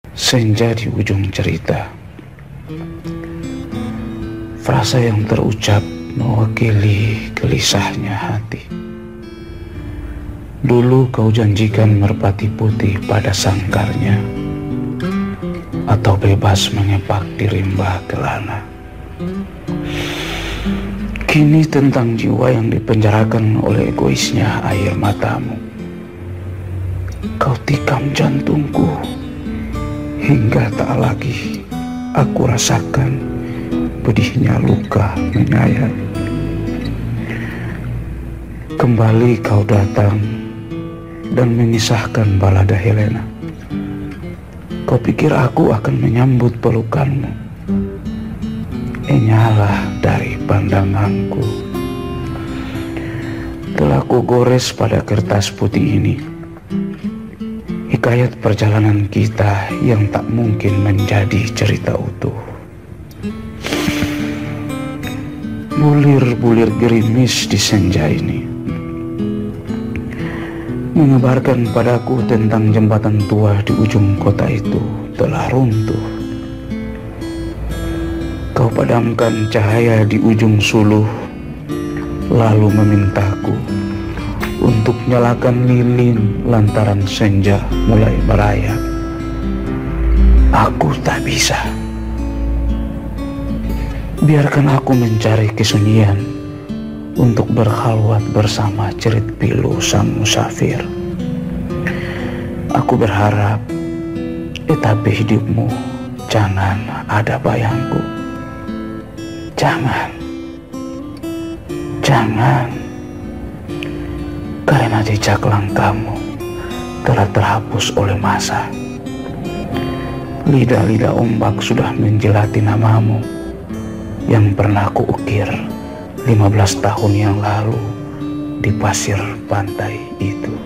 Senja di ujung cerita. Frasa yang terucap mewakili gelisahnya hati. Dulu kau janjikan merpati putih pada sangkarnya, atau bebas mengepak di rimba kelana. Kini tentang jiwa yang dipenjarakan oleh egoisnya air matamu. Kau tikam jantungku hingga tak lagi aku rasakan pedihnya luka menyayat. Kembali kau datang dan menyisahkan balada Helena. Kau pikir aku akan menyambut pelukanmu. Enyalah dari pandanganku. Telah ku gores pada kertas putih ini hikayat perjalanan kita yang tak mungkin menjadi cerita utuh. Bulir-bulir gerimis di senja ini mengabarkan padaku tentang jembatan tua di ujung kota itu telah runtuh. Kau padamkan cahaya di ujung suluh, lalu memintaku untuk nyalakan lilin lantaran senja mulai merayap. Aku tak bisa. Biarkan aku mencari kesunyian untuk berkhalwat bersama cerit pilu sang musafir. Aku berharap etape hidupmu jangan ada bayangku. Jangan, karena jejak langkahmu telah terhapus oleh masa. Lidah-lidah ombak sudah menjelati namamu yang pernah kuukir 15 tahun yang lalu di pasir pantai itu.